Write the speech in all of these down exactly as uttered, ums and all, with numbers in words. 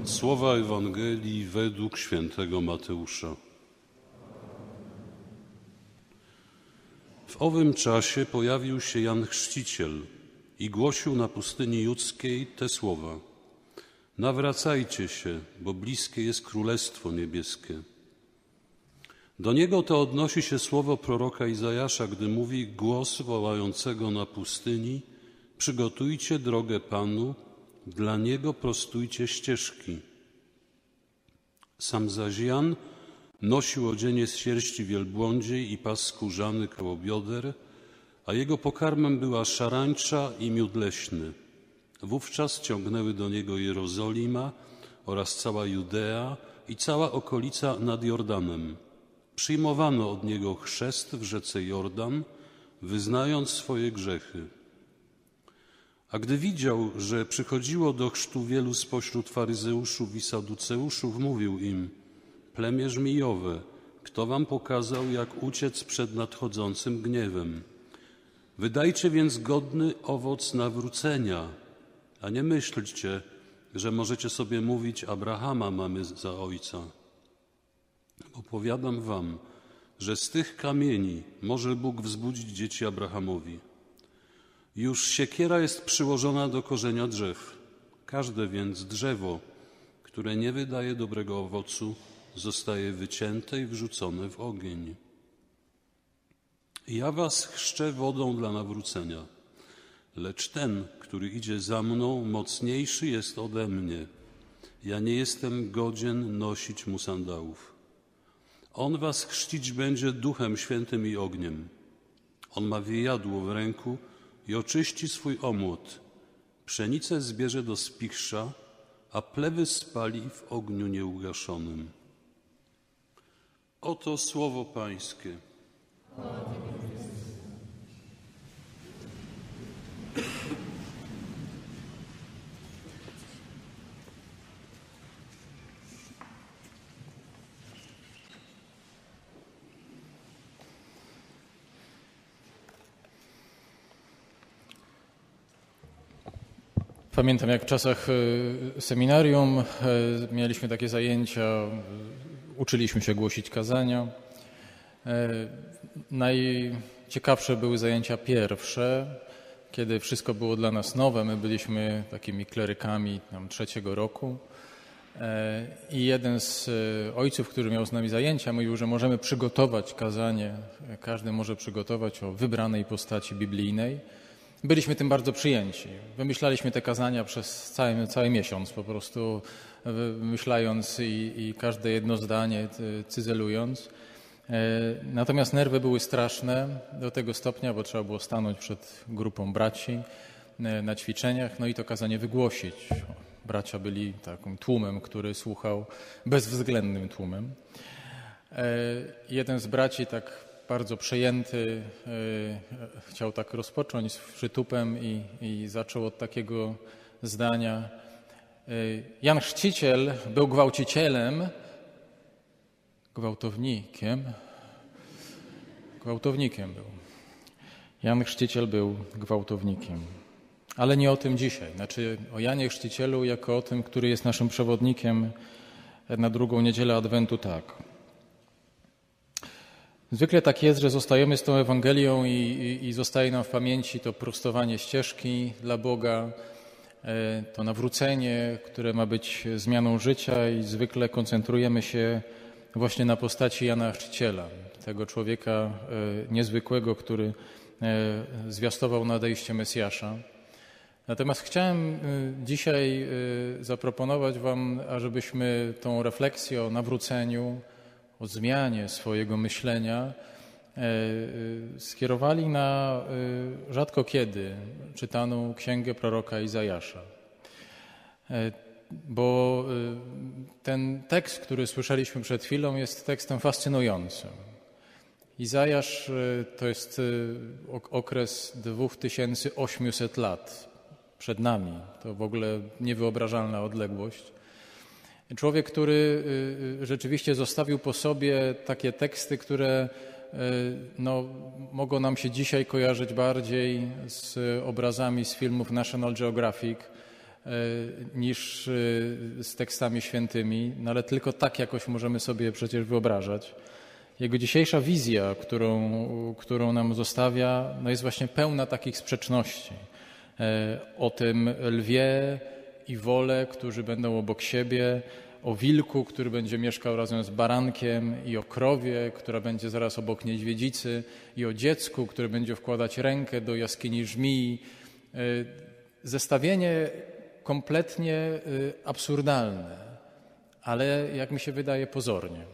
Słowa Ewangelii według świętego Mateusza. W owym czasie pojawił się Jan Chrzciciel i głosił na pustyni judzkiej te słowa: nawracajcie się, bo bliskie jest Królestwo Niebieskie. Do niego to odnosi się słowo proroka Izajasza, gdy mówi głos wołającego na pustyni: przygotujcie drogę Panu, dla Niego prostujcie ścieżki. Sam zaś Jan nosił odzienie z sierści wielbłądziej i pas skórzany koło bioder, a jego pokarmem była szarańcza i miód leśny. Wówczas ciągnęły do niego Jerozolima oraz cała Judea i cała okolica nad Jordanem. Przyjmowano od niego chrzest w rzece Jordan, wyznając swoje grzechy. A gdy widział, że przychodziło do chrztu wielu spośród faryzeuszów i saduceuszów, mówił im: plemię żmijowe, kto wam pokazał, jak uciec przed nadchodzącym gniewem? Wydajcie więc godny owoc nawrócenia, a nie myślcie, że możecie sobie mówić: Abrahama mamy za ojca. Bo powiadam wam, że z tych kamieni może Bóg wzbudzić dzieci Abrahamowi. Już siekiera jest przyłożona do korzenia drzew. Każde więc drzewo, które nie wydaje dobrego owocu, zostaje wycięte i wrzucone w ogień. Ja was chrzczę wodą dla nawrócenia, lecz ten, który idzie za mną, mocniejszy jest ode mnie. Ja nie jestem godzien nosić mu sandałów. On was chrzcić będzie Duchem Świętym i ogniem. On ma wiejadło w ręku i oczyści swój omłot. Pszenicę zbierze do spichrza, a plewy spali w ogniu nieugaszonym. Oto słowo Pańskie. Pamiętam, jak w czasach seminarium mieliśmy takie zajęcia, uczyliśmy się głosić kazania. Najciekawsze były zajęcia pierwsze, kiedy wszystko było dla nas nowe. My byliśmy takimi klerykami tam trzeciego roku i jeden z ojców, który miał z nami zajęcia, mówił, że możemy przygotować kazanie, każdy może przygotować o wybranej postaci biblijnej. Byliśmy tym bardzo przyjęci. Wymyślaliśmy te kazania przez cały, cały miesiąc, po prostu wymyślając i, i każde jedno zdanie cyzelując. Natomiast nerwy były straszne do tego stopnia, bo trzeba było stanąć przed grupą braci na ćwiczeniach, no i to kazanie wygłosić. Bracia byli takim tłumem, który słuchał, bezwzględnym tłumem. Jeden z braci tak bardzo przejęty chciał tak rozpocząć z przytupem i, i zaczął od takiego zdania: Jan Chrzciciel był gwałcicielem, gwałtownikiem, gwałtownikiem był. Jan Chrzciciel był gwałtownikiem. Ale nie o tym dzisiaj. Znaczy o Janie Chrzcicielu jako o tym, który jest naszym przewodnikiem na drugą niedzielę Adwentu, tak. Zwykle tak jest, że zostajemy z tą Ewangelią i, i, i zostaje nam w pamięci to prostowanie ścieżki dla Boga, to nawrócenie, które ma być zmianą życia, i zwykle koncentrujemy się właśnie na postaci Jana Chrzciciela, tego człowieka niezwykłego, który zwiastował nadejście Mesjasza. Natomiast chciałem dzisiaj zaproponować wam, ażebyśmy tą refleksję o nawróceniu, o zmianie swojego myślenia skierowali na rzadko kiedy czytaną księgę proroka Izajasza. Bo ten tekst, który słyszeliśmy przed chwilą, jest tekstem fascynującym. Izajasz to jest okres dwa tysiące osiemset lat przed nami. To w ogóle niewyobrażalna odległość. Człowiek, który rzeczywiście zostawił po sobie takie teksty, które no, mogą nam się dzisiaj kojarzyć bardziej z obrazami z filmów National Geographic niż z tekstami świętymi, no ale tylko tak jakoś możemy sobie przecież wyobrażać. Jego dzisiejsza wizja, którą, którą nam zostawia, no jest właśnie pełna takich sprzeczności. O tym lwie i wole, którzy będą obok siebie, o wilku, który będzie mieszkał razem z barankiem, i o krowie, która będzie zaraz obok niedźwiedzicy, i o dziecku, które będzie wkładać rękę do jaskini żmii. Zestawienie kompletnie absurdalne, ale jak mi się wydaje pozornie.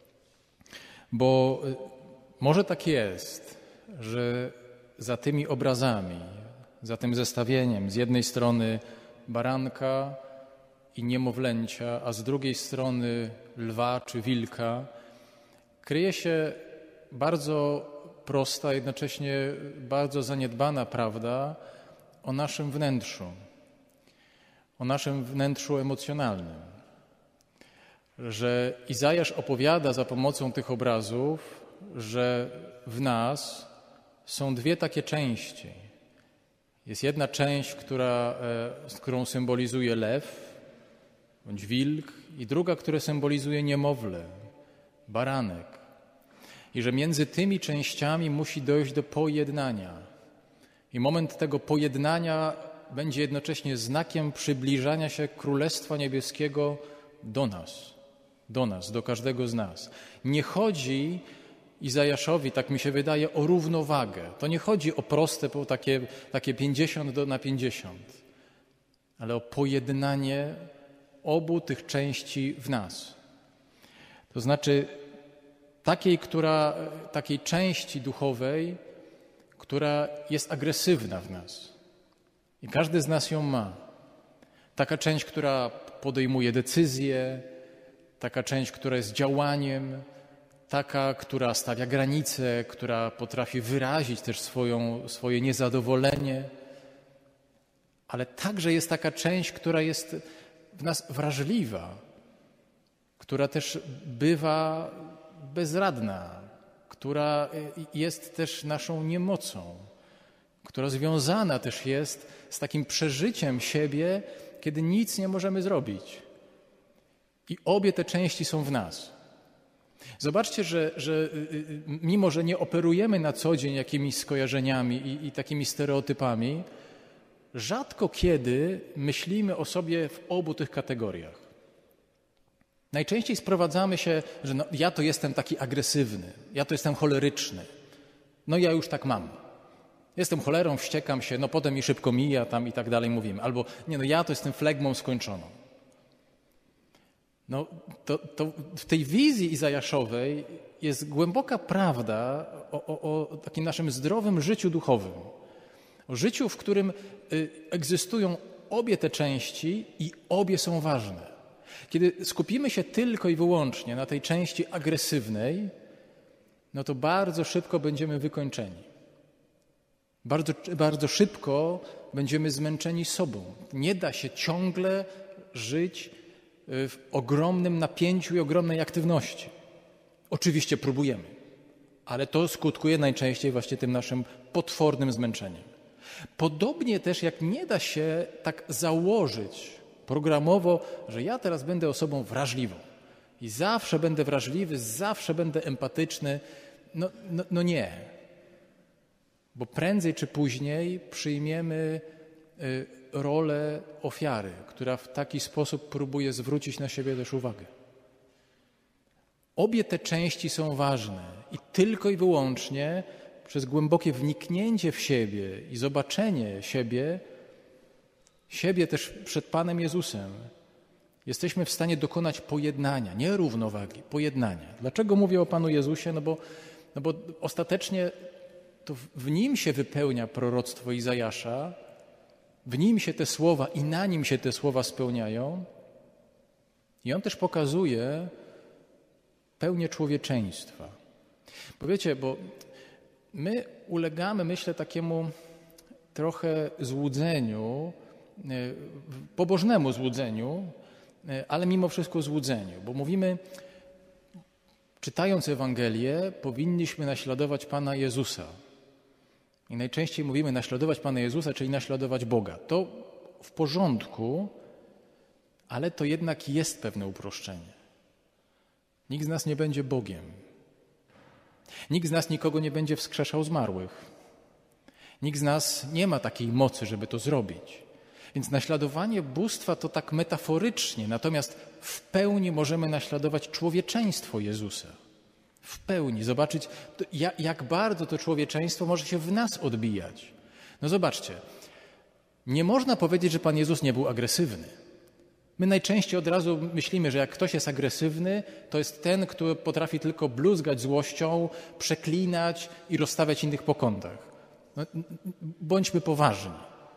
Bo może tak jest, że za tymi obrazami, za tym zestawieniem z jednej strony baranka i niemowlęcia, a z drugiej strony lwa czy wilka, kryje się bardzo prosta, jednocześnie bardzo zaniedbana prawda o naszym wnętrzu, o naszym wnętrzu emocjonalnym. Że Izajasz opowiada za pomocą tych obrazów, że w nas są dwie takie części. Jest jedna część, która, którą symbolizuje lew bądź wilk, i druga, która symbolizuje niemowlę, baranek. I że między tymi częściami musi dojść do pojednania. I moment tego pojednania będzie jednocześnie znakiem przybliżania się Królestwa Niebieskiego do nas. Do nas, do każdego z nas. Nie chodzi Izajaszowi, tak mi się wydaje, o równowagę. To nie chodzi o proste takie, takie pięćdziesiąt na pięćdziesiąt, ale o pojednanie obu tych części w nas. To znaczy takiej, która, takiej części duchowej, która jest agresywna w nas. I każdy z nas ją ma. Taka część, która podejmuje decyzje, taka część, która jest działaniem, taka, która stawia granice, która potrafi wyrazić też swoją, swoje niezadowolenie, ale także jest taka część, która jest w nas wrażliwa, która też bywa bezradna, która jest też naszą niemocą, która związana też jest z takim przeżyciem siebie, kiedy nic nie możemy zrobić. I obie te części są w nas. Zobaczcie, że, że mimo, że nie operujemy na co dzień jakimiś skojarzeniami i, i takimi stereotypami, rzadko kiedy myślimy o sobie w obu tych kategoriach. Najczęściej sprowadzamy się, że no, ja to jestem taki agresywny, ja to jestem choleryczny, no ja już tak mam. Jestem cholerą, wściekam się, no potem mi szybko mija tam i tak dalej mówimy. Albo nie, no ja to jestem flegmą skończoną. No, to, to w tej wizji izajaszowej jest głęboka prawda o, o, o takim naszym zdrowym życiu duchowym. O życiu, w którym y, egzystują obie te części i obie są ważne. Kiedy skupimy się tylko i wyłącznie na tej części agresywnej, no to bardzo szybko będziemy wykończeni. Bardzo, bardzo szybko będziemy zmęczeni sobą. Nie da się ciągle żyć w ogromnym napięciu i ogromnej aktywności. Oczywiście próbujemy, ale to skutkuje najczęściej właśnie tym naszym potwornym zmęczeniem. Podobnie też jak nie da się tak założyć programowo, że ja teraz będę osobą wrażliwą i zawsze będę wrażliwy, zawsze będę empatyczny. No, no, no nie. Bo prędzej czy później przyjmiemy rolę ofiary, która w taki sposób próbuje zwrócić na siebie też uwagę. Obie te części są ważne i tylko i wyłącznie przez głębokie wniknięcie w siebie i zobaczenie siebie, siebie też przed Panem Jezusem, jesteśmy w stanie dokonać pojednania, nie równowagi, pojednania. Dlaczego mówię o Panu Jezusie? No bo, no bo ostatecznie to w Nim się wypełnia proroctwo Izajasza, w Nim się te słowa i na Nim się te słowa spełniają i On też pokazuje pełnię człowieczeństwa. Bo wiecie, bo my ulegamy, myślę, takiemu trochę złudzeniu, pobożnemu złudzeniu, ale mimo wszystko złudzeniu, bo mówimy, czytając Ewangelię, powinniśmy naśladować Pana Jezusa. I najczęściej mówimy naśladować Pana Jezusa, czyli naśladować Boga. To w porządku, ale to jednak jest pewne uproszczenie. Nikt z nas nie będzie Bogiem. Nikt z nas nikogo nie będzie wskrzeszał zmarłych. Nikt z nas nie ma takiej mocy, żeby to zrobić. Więc naśladowanie bóstwa to tak metaforycznie, natomiast w pełni możemy naśladować człowieczeństwo Jezusa. W pełni. Zobaczyć, jak bardzo to człowieczeństwo może się w nas odbijać. No zobaczcie, nie można powiedzieć, że Pan Jezus nie był agresywny. My najczęściej od razu myślimy, że jak ktoś jest agresywny, to jest ten, który potrafi tylko bluzgać złością, przeklinać i rozstawiać innych po kątach. No, bądźmy poważni.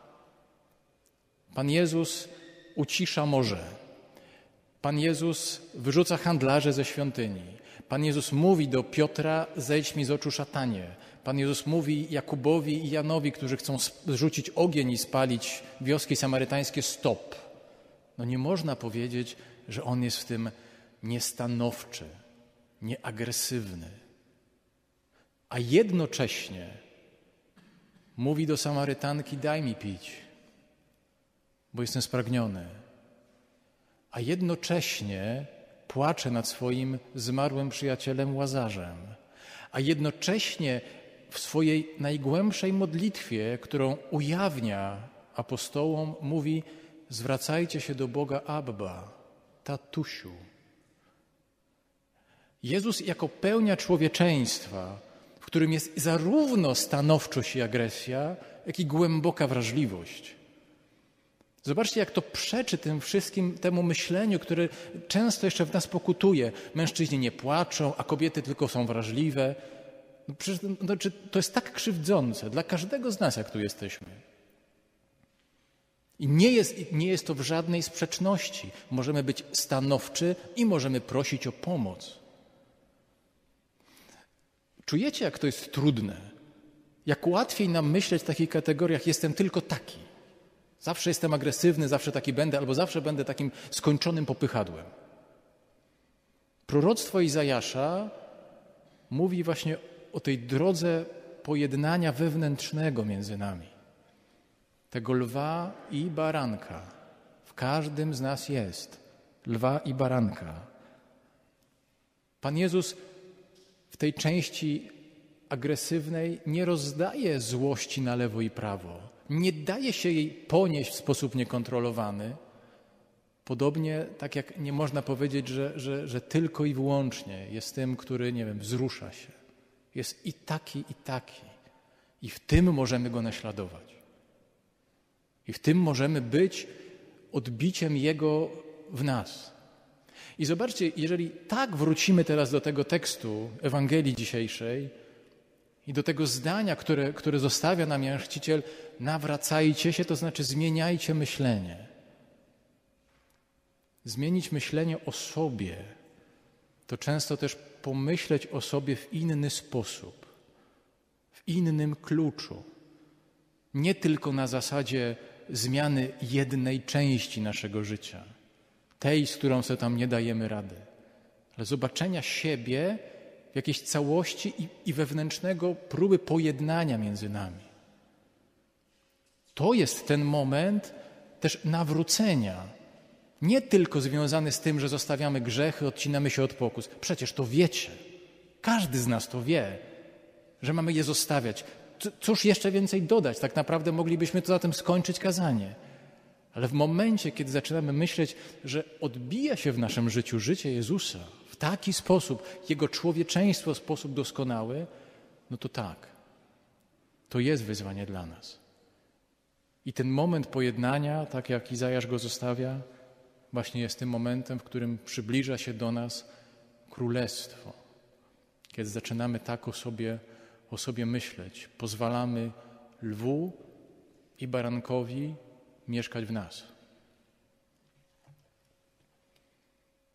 Pan Jezus ucisza morze. Pan Jezus wyrzuca handlarzy ze świątyni. Pan Jezus mówi do Piotra, zejdź mi z oczu szatanie. Pan Jezus mówi Jakubowi i Janowi, którzy chcą zrzucić ogień i spalić wioski samarytańskie, stop. No nie można powiedzieć, że On jest w tym niestanowczy, nieagresywny. A jednocześnie mówi do Samarytanki, daj mi pić, bo jestem spragniony. A jednocześnie płacze nad swoim zmarłym przyjacielem Łazarzem. A jednocześnie w swojej najgłębszej modlitwie, którą ujawnia apostołom, mówi, zwracajcie się do Boga Abba, tatusiu. Jezus jako pełnia człowieczeństwa, w którym jest zarówno stanowczość i agresja, jak i głęboka wrażliwość. Zobaczcie, jak to przeczy tym wszystkim, temu myśleniu, które często jeszcze w nas pokutuje. Mężczyźni nie płaczą, a kobiety tylko są wrażliwe. No przecież to, to jest tak krzywdzące dla każdego z nas, jak tu jesteśmy. I nie jest, nie jest to w żadnej sprzeczności. Możemy być stanowczy i możemy prosić o pomoc. Czujecie, jak to jest trudne? Jak łatwiej nam myśleć w takich kategoriach, jestem tylko taki. Zawsze jestem agresywny, zawsze taki będę, albo zawsze będę takim skończonym popychadłem. Proroctwo Izajasza mówi właśnie o tej drodze pojednania wewnętrznego między nami. Tego lwa i baranka. W każdym z nas jest lwa i baranka. Pan Jezus w tej części agresywnej nie rozdaje złości na lewo i prawo. Nie daje się jej ponieść w sposób niekontrolowany. Podobnie tak jak nie można powiedzieć, że, że, że tylko i wyłącznie jest tym, który, nie wiem, wzrusza się. Jest i taki, i taki. I w tym możemy go naśladować. I w tym możemy być odbiciem Jego w nas. I zobaczcie, jeżeli tak wrócimy teraz do tego tekstu Ewangelii dzisiejszej i do tego zdania, które, które zostawia nam Jan Chrzciciel, nawracajcie się, to znaczy zmieniajcie myślenie. Zmienić myślenie o sobie, to często też pomyśleć o sobie w inny sposób, w innym kluczu. Nie tylko na zasadzie zmiany jednej części naszego życia, tej, z którą sobie tam nie dajemy rady, ale zobaczenia siebie w jakiejś całości i, i wewnętrznego próby pojednania między nami. To jest ten moment też nawrócenia. Nie tylko związany z tym, że zostawiamy grzechy, odcinamy się od pokus. Przecież to wiecie. Każdy z nas to wie, że mamy je zostawiać. Cóż jeszcze więcej dodać? Tak naprawdę moglibyśmy to zatem skończyć kazanie. Ale w momencie, kiedy zaczynamy myśleć, że odbija się w naszym życiu życie Jezusa w taki sposób, Jego człowieczeństwo w sposób doskonały, no to tak. To jest wyzwanie dla nas. I ten moment pojednania, tak jak Izajasz go zostawia, właśnie jest tym momentem, w którym przybliża się do nas królestwo. Kiedy zaczynamy tak o sobie, o sobie myśleć, pozwalamy lwu i barankowi mieszkać w nas.